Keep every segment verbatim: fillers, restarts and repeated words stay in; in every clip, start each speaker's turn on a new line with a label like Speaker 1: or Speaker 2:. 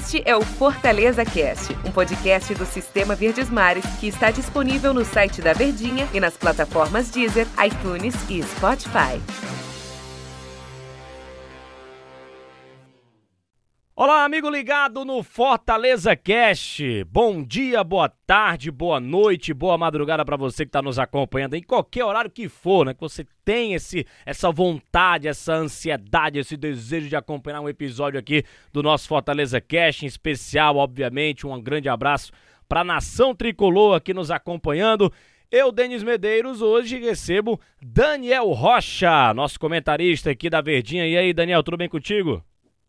Speaker 1: Este é o Fortaleza Cast, um podcast do Sistema Verdes Mares que está disponível no site da Verdinha e nas plataformas Deezer, iTunes e Spotify.
Speaker 2: Olá, amigo ligado no Fortaleza Cast. Bom dia, boa tarde, boa noite, boa madrugada para você que está nos acompanhando em qualquer horário que for, né? Que você tem esse, essa vontade, essa ansiedade, esse desejo de acompanhar um episódio aqui do nosso Fortaleza Cast, em especial, obviamente, um grande abraço para a nação tricolor aqui nos acompanhando. Eu, Denis Medeiros, hoje recebo Daniel Rocha, nosso comentarista aqui da Verdinha. E aí, Daniel, tudo bem contigo?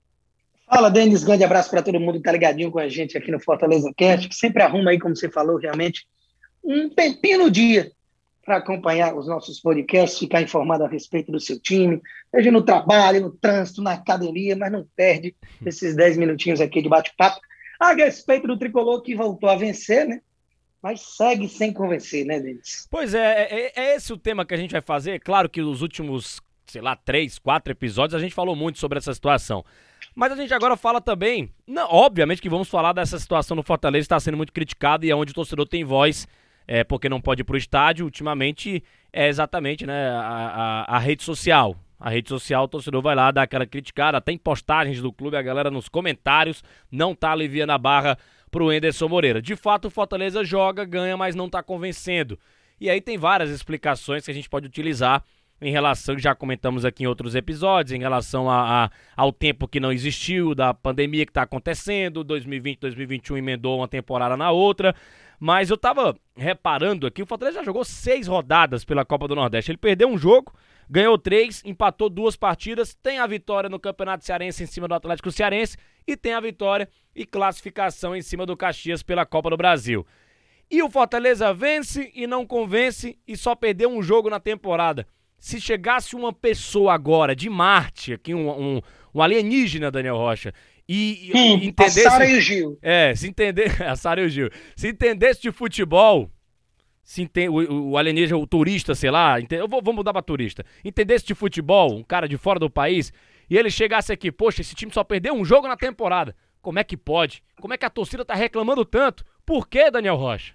Speaker 3: Fala, Denis, grande abraço para todo mundo que tá ligadinho com a gente aqui no Fortaleza Cast, que sempre arruma aí, como você falou, realmente, um tempinho no dia para acompanhar os nossos podcasts, ficar informado a respeito do seu time, seja no trabalho, no trânsito, na academia, mas não perde esses dez minutinhos aqui de bate-papo a respeito do tricolor que voltou a vencer, né? Mas segue sem convencer, né, Denis?
Speaker 2: Pois é, é, é esse o tema que a gente vai fazer. Claro que os últimos, sei lá, três, quatro episódios a gente falou muito sobre essa situação. Mas a gente agora fala também, não, obviamente que vamos falar dessa situação no Fortaleza, está sendo muito criticado e é onde o torcedor tem voz, é, porque não pode ir para o estádio, ultimamente é exatamente, né, a, a, a rede social. A rede social, o torcedor vai lá dar aquela criticada, tem postagens do clube, a galera nos comentários não tá aliviando a barra pro Anderson Moreira. De fato, o Fortaleza joga, ganha, mas não tá convencendo. E aí tem várias explicações que a gente pode utilizar em relação, que já comentamos aqui em outros episódios, em relação a, a, ao tempo que não existiu, da pandemia que está acontecendo, dois mil e vinte, dois mil e vinte e um emendou uma temporada na outra, mas eu tava reparando aqui, o Fortaleza já jogou seis rodadas pela Copa do Nordeste, ele perdeu um jogo, ganhou três, empatou duas partidas, tem a vitória no Campeonato Cearense em cima do Atlético Cearense e tem a vitória e classificação em cima do Caxias pela Copa do Brasil. E o Fortaleza vence e não convence e só perdeu um jogo na temporada. Se chegasse uma pessoa agora de Marte, aqui um, um, um alienígena, Daniel Rocha, e,
Speaker 3: hum,
Speaker 2: e entendesse...
Speaker 3: A Sara e o Gil.
Speaker 2: É, se entender... A Sara e o Gil. Se entendesse de futebol, se ente, o, o alienígena, o turista, sei lá, ente, eu vou, vou mudar pra turista, entendesse de futebol, um cara de fora do país, e ele chegasse aqui, poxa, esse time só perdeu um jogo na temporada. Como é que pode? Como é que a torcida tá reclamando tanto? Por que, Daniel Rocha?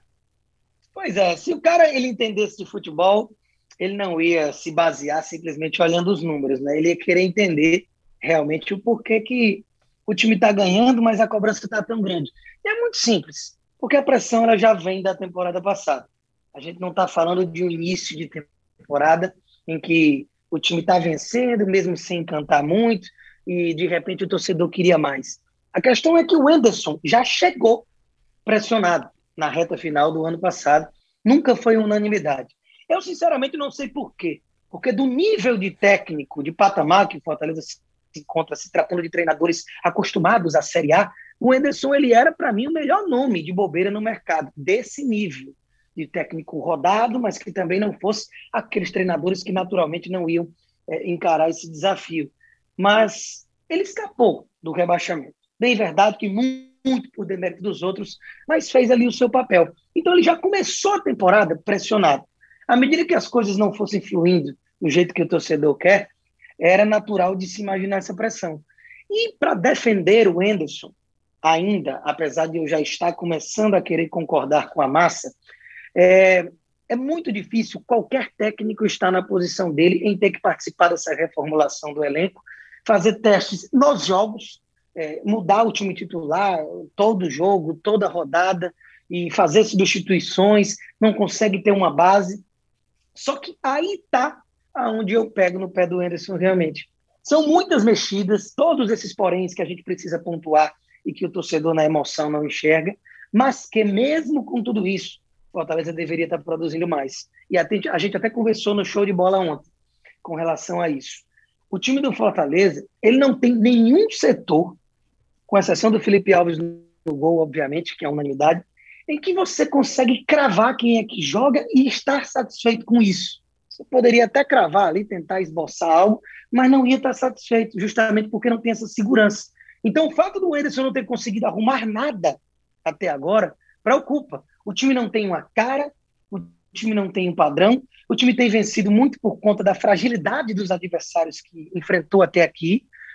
Speaker 3: Pois é, se o cara ele entendesse de futebol, ele não ia se basear simplesmente olhando os números, né? Ele ia querer entender realmente o porquê que o time está ganhando, mas a cobrança está tão grande. E é muito simples, porque a pressão ela já vem da temporada passada. A gente não está falando de um início de temporada em que o time está vencendo, mesmo sem encantar muito, e de repente o torcedor queria mais. A questão é que o Anderson já chegou pressionado na reta final do ano passado, nunca foi unanimidade. Eu, sinceramente, não sei por quê. Porque do nível de técnico, de patamar que o Fortaleza se encontra, se tratando de treinadores acostumados à Série A, o Anderson ele era, para mim, o melhor nome de bobeira no mercado, desse nível de técnico rodado, mas que também não fosse aqueles treinadores que naturalmente não iam é, encarar esse desafio. Mas ele escapou do rebaixamento. Bem verdade que muito, muito por demérito dos outros, mas fez ali o seu papel. Então ele já começou a temporada pressionado. À medida que as coisas não fossem fluindo do jeito que o torcedor quer, era natural de se imaginar essa pressão. E para defender o Anderson, ainda, apesar de eu já estar começando a querer concordar com a massa, é, é muito difícil qualquer técnico estar na posição dele em ter que participar dessa reformulação do elenco, fazer testes nos jogos, é, mudar o time titular, todo jogo, toda rodada, e fazer substituições, não consegue ter uma base. Só que aí está onde eu pego no pé do Anderson realmente. São muitas mexidas, todos esses poréns que a gente precisa pontuar e que o torcedor na emoção não enxerga, mas que mesmo com tudo isso, Fortaleza deveria estar produzindo mais. E a gente até conversou no show de bola ontem com relação a isso. O time do Fortaleza, ele não tem nenhum setor, com exceção do Felipe Alves no gol, obviamente, que é a unanimidade, em que você consegue cravar quem é que joga e estar satisfeito com isso. Você poderia até cravar ali, tentar esboçar algo, mas não ia estar satisfeito, justamente porque não tem essa segurança. Então, o fato do Anderson não ter conseguido arrumar nada até agora preocupa. O time não tem uma cara, o time não tem um padrão, o time tem vencido muito por conta da fragilidade dos adversários que enfrentou até aqui.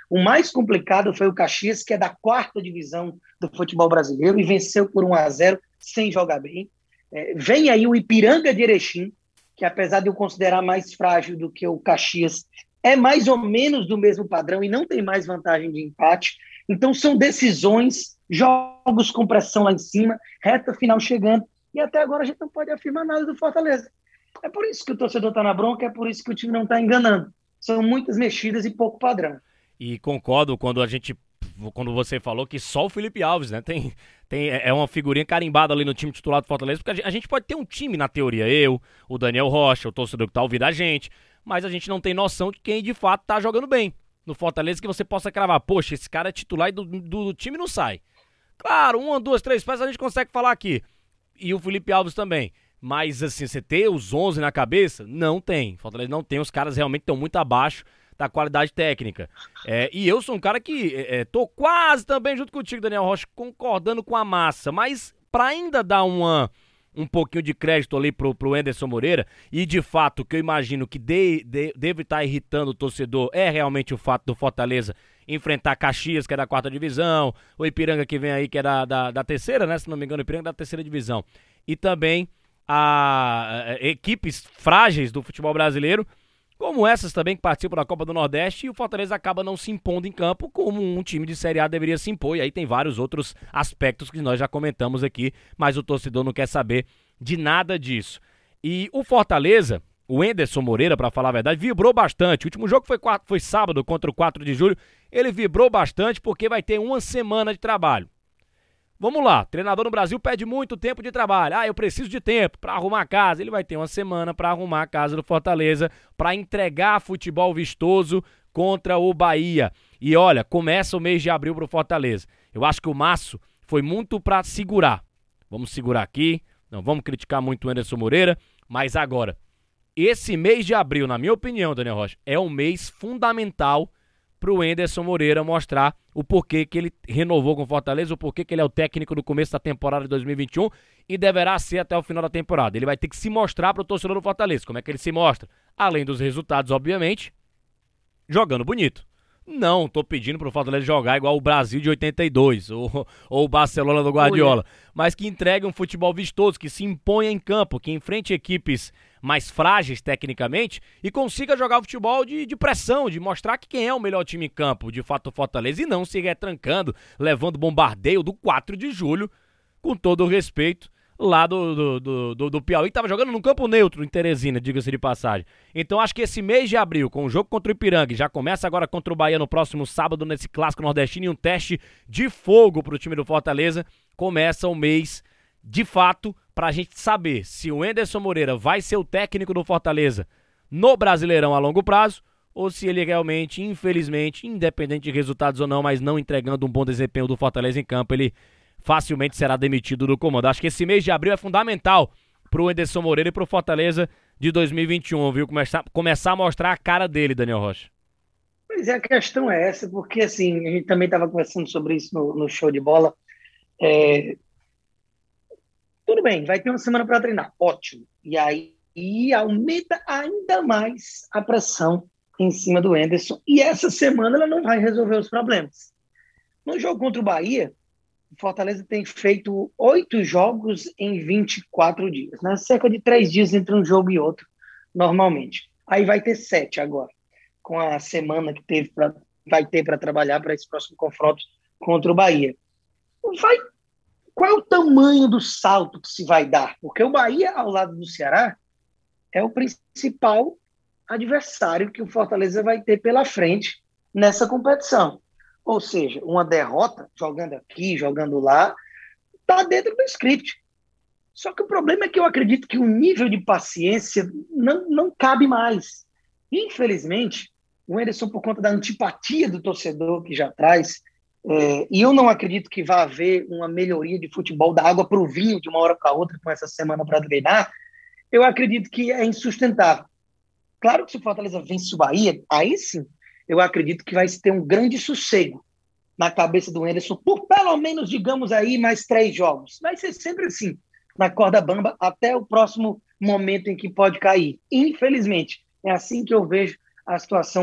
Speaker 3: O mais complicado foi o Caxias, que é da quarta divisão do futebol brasileiro e venceu por um a zero sem jogar bem. É, vem aí o Ipiranga de Erechim, que apesar de eu considerar mais frágil do que o Caxias, é mais ou menos do mesmo padrão e não tem mais vantagem de empate. Então são decisões, jogos com pressão lá em cima, reta final chegando, e até agora a gente não pode afirmar nada do Fortaleza. É por isso que o torcedor está na bronca, é por isso que o time não está enganando. São muitas mexidas e pouco padrão.
Speaker 2: E concordo quando a gente, quando você falou que só o Felipe Alves, né, tem, tem, é uma figurinha carimbada ali no time titular do Fortaleza, porque a gente pode ter um time na teoria, eu, o Daniel Rocha, o torcedor que tá ouvindo a gente, mas a gente não tem noção de quem de fato tá jogando bem no Fortaleza, que você possa cravar, poxa, esse cara é titular e do, do, do time não sai. Claro, uma, duas, três peças a gente consegue falar aqui, e o Felipe Alves também. Mas, assim, você ter os onze na cabeça, não tem. Fortaleza não tem, os caras realmente estão muito abaixo da qualidade técnica. É, e eu sou um cara que é, tô quase também, junto contigo, Daniel Rocha, concordando com a massa. Mas, para ainda dar uma, um pouquinho de crédito ali pro, pro Anderson Moreira, e de fato, o que eu imagino que de, de, deve estar irritando o torcedor é realmente o fato do Fortaleza enfrentar Caxias, que é da quarta divisão, o Ipiranga que vem aí, que é da, da, da terceira, né? Se não me engano, o Ipiranga é da terceira divisão. E também a, a equipes frágeis do futebol brasileiro, como essas também que participam da Copa do Nordeste, e o Fortaleza acaba não se impondo em campo como um time de Série A deveria se impor, e aí tem vários outros aspectos que nós já comentamos aqui, mas o torcedor não quer saber de nada disso. E o Fortaleza, o Anderson Moreira, para falar a verdade, vibrou bastante. O último jogo foi, foi sábado contra o quatro de julho, ele vibrou bastante porque vai ter uma semana de trabalho. Vamos lá, treinador no Brasil pede muito tempo de trabalho. Ah, eu preciso de tempo para arrumar a casa. Ele vai ter uma semana para arrumar a casa do Fortaleza, para entregar futebol vistoso contra o Bahia. E olha, começa o mês de abril pro Fortaleza. Eu acho que o Masso foi muito para segurar. Vamos segurar aqui, não vamos criticar muito o Anderson Moreira, mas agora, esse mês de abril, na minha opinião, Daniel Rocha, é um mês fundamental pro Anderson Moreira mostrar o porquê que ele renovou com o Fortaleza, o porquê que ele é o técnico do começo da temporada de dois mil e vinte e um e deverá ser até o final da temporada. Ele vai ter que se mostrar pro torcedor do Fortaleza. Como é que ele se mostra? Além dos resultados, obviamente, jogando bonito. Não tô pedindo pro Fortaleza jogar igual o Brasil de oitenta e dois, ou, ou o Barcelona do Guardiola, mas que entregue um futebol vistoso, que se imponha em campo, que enfrente equipes mais frágeis tecnicamente e consiga jogar futebol de, de pressão, de mostrar que quem é o melhor time em campo, de fato o Fortaleza, e não se retrancando, levando bombardeio do quatro de julho, com todo o respeito, lá do, do, do, do, do Piauí, que tava jogando num campo neutro em Teresina, diga-se de passagem. Então acho que esse mês de abril, com o jogo contra o Ipiranga, já começa agora contra o Bahia no próximo sábado, nesse clássico nordestino, e um teste de fogo pro time do Fortaleza, começa o mês, de fato, pra gente saber se o Anderson Moreira vai ser o técnico do Fortaleza no Brasileirão a longo prazo, ou se ele realmente, infelizmente, independente de resultados ou não, mas não entregando um bom desempenho do Fortaleza em campo, ele facilmente será demitido do comando. Acho que esse mês de abril é fundamental pro Anderson Moreira e pro Fortaleza de dois mil e vinte e um, viu? Começar, começar a mostrar a cara dele, Daniel Rocha.
Speaker 3: Pois é, a questão é essa, porque assim, a gente também estava conversando sobre isso no, no show de bola. É... Tudo bem, vai ter uma semana para treinar, ótimo. E aí e aumenta ainda mais a pressão em cima do Anderson. E essa semana ela não vai resolver os problemas. No jogo contra o Bahia, o Fortaleza tem feito oito jogos em vinte e quatro dias, né? Cerca de três dias entre um jogo e outro, normalmente. Aí vai ter sete agora, com a semana que teve pra, vai ter para trabalhar para esse próximo confronto contra o Bahia. Vai, qual é o tamanho do salto que se vai dar? Porque o Bahia, ao lado do Ceará, é o principal adversário que o Fortaleza vai ter pela frente nessa competição. Ou seja, uma derrota, jogando aqui, jogando lá, está dentro do script. Só que o problema é que eu acredito que o nível de paciência não, não cabe mais. Infelizmente, o Anderson, por conta da antipatia do torcedor que já traz, é, e eu não acredito que vá haver uma melhoria de futebol da água para o vinho de uma hora para outra com essa semana para treinar, eu acredito que é insustentável. Claro que se o Fortaleza vence o Bahia, aí sim, eu acredito que vai ter um grande sossego na cabeça do Anderson por pelo menos, digamos aí, mais três jogos. Vai ser sempre assim, na corda bamba, até o próximo momento em que pode cair. Infelizmente, é assim que eu vejo a situação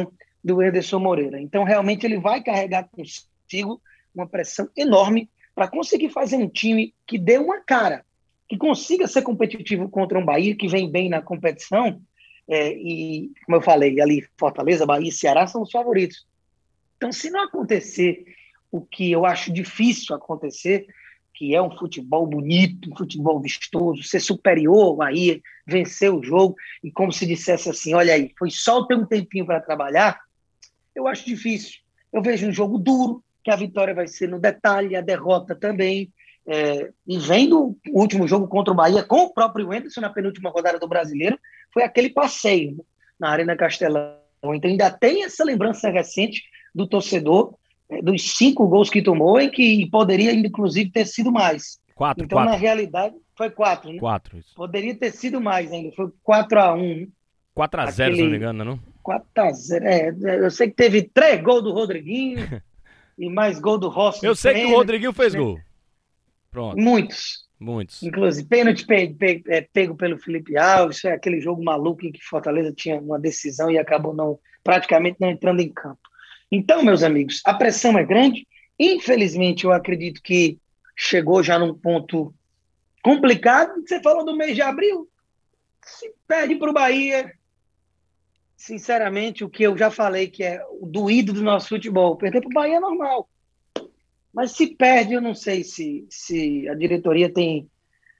Speaker 3: do Anderson Moreira. Então, realmente, ele vai carregar consigo uma pressão enorme para conseguir fazer um time que dê uma cara, que consiga ser competitivo contra um Bahia que vem bem na competição. É, e, como eu falei, ali Fortaleza, Bahia e Ceará são os favoritos. Então, se não acontecer o que eu acho difícil acontecer, que é um futebol bonito, um futebol vistoso, ser superior ao Bahia, vencer o jogo, e como se dissesse assim, olha aí, foi só ter um tempinho para trabalhar, eu acho difícil. Eu vejo um jogo duro, que a vitória vai ser no detalhe, a derrota também. É, e vendo o último jogo contra o Bahia com o próprio Anderson na penúltima rodada do Brasileiro, foi aquele passeio, né, na Arena Castelão. Então ainda tem essa lembrança recente do torcedor, é, dos cinco gols que tomou, em que poderia inclusive ter sido mais.
Speaker 2: Quatro,
Speaker 3: então
Speaker 2: quatro.
Speaker 3: Na realidade foi quatro, né?
Speaker 2: Quatro, isso.
Speaker 3: Poderia ter sido mais ainda, foi quatro a um, né?
Speaker 2: quatro a zero,
Speaker 3: Aquele...
Speaker 2: se não me engano, não?
Speaker 3: quatro a zero, é, eu sei que teve três gols do Rodriguinho e mais gol do Rossi.
Speaker 2: Eu sei que o Rodriguinho fez né? gol. Pronto.
Speaker 3: Muitos.
Speaker 2: Muitos.
Speaker 3: Inclusive, pênalti pe pe é, pego pelo Felipe Alves, foi aquele jogo maluco em que Fortaleza tinha uma decisão e acabou não, praticamente não entrando em campo. Então, meus amigos, a pressão é grande. Infelizmente, eu acredito que chegou já num ponto complicado. Você falou do mês de abril. Se perde para o Bahia, sinceramente, o que eu já falei que é o doído do nosso futebol, perder para o Bahia é normal. Mas se perde, eu não sei se, se a diretoria tem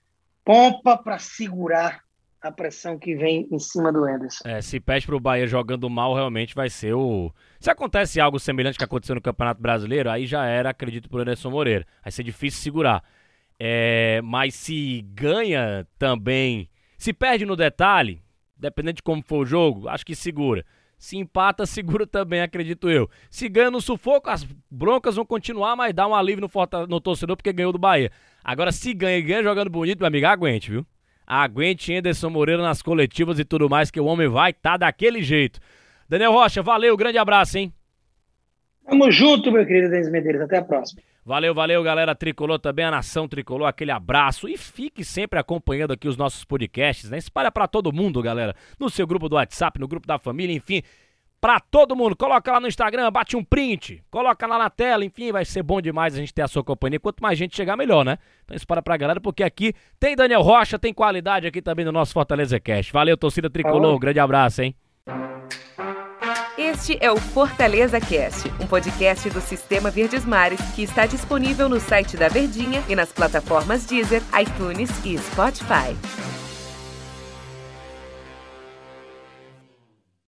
Speaker 3: pompa para segurar a pressão que vem em cima do Anderson.
Speaker 2: É, se perde pro Bahia jogando mal, realmente vai ser o... Se acontece algo semelhante que aconteceu no Campeonato Brasileiro, aí já era, acredito, pro Anderson Moreira. Vai ser difícil segurar. É, mas se ganha também... Se perde no detalhe, dependendo de como for o jogo, acho que segura. Se empata, segura também, acredito eu. Se ganha no sufoco, as broncas vão continuar, mas dá um alívio no, forta... no torcedor porque ganhou do Bahia. Agora, se ganha e ganha jogando bonito, meu amigo, aguente, viu? Aguente Anderson Moreira nas coletivas e tudo mais, que o homem vai tá daquele jeito. Daniel Rocha, valeu, grande abraço, hein?
Speaker 3: Tamo junto, meu querido Denis Medeiros, até a próxima.
Speaker 2: Valeu, valeu, galera Tricolor também, a Nação Tricolor, aquele abraço. E fique sempre acompanhando aqui os nossos podcasts, né? Espalha pra todo mundo, galera. No seu grupo do WhatsApp, no grupo da família, enfim. Pra todo mundo. Coloca lá no Instagram, bate um print. Coloca lá na tela, enfim, vai ser bom demais a gente ter a sua companhia. Quanto mais gente chegar, melhor, né? Então espalha pra galera, porque aqui tem Daniel Rocha, tem qualidade aqui também no nosso Fortaleza Cast. Valeu, torcida Tricolor, um grande abraço, hein?
Speaker 1: Este é o Fortaleza Cast, um podcast do Sistema Verdes Mares que está disponível no site da Verdinha e nas plataformas Deezer, iTunes e Spotify.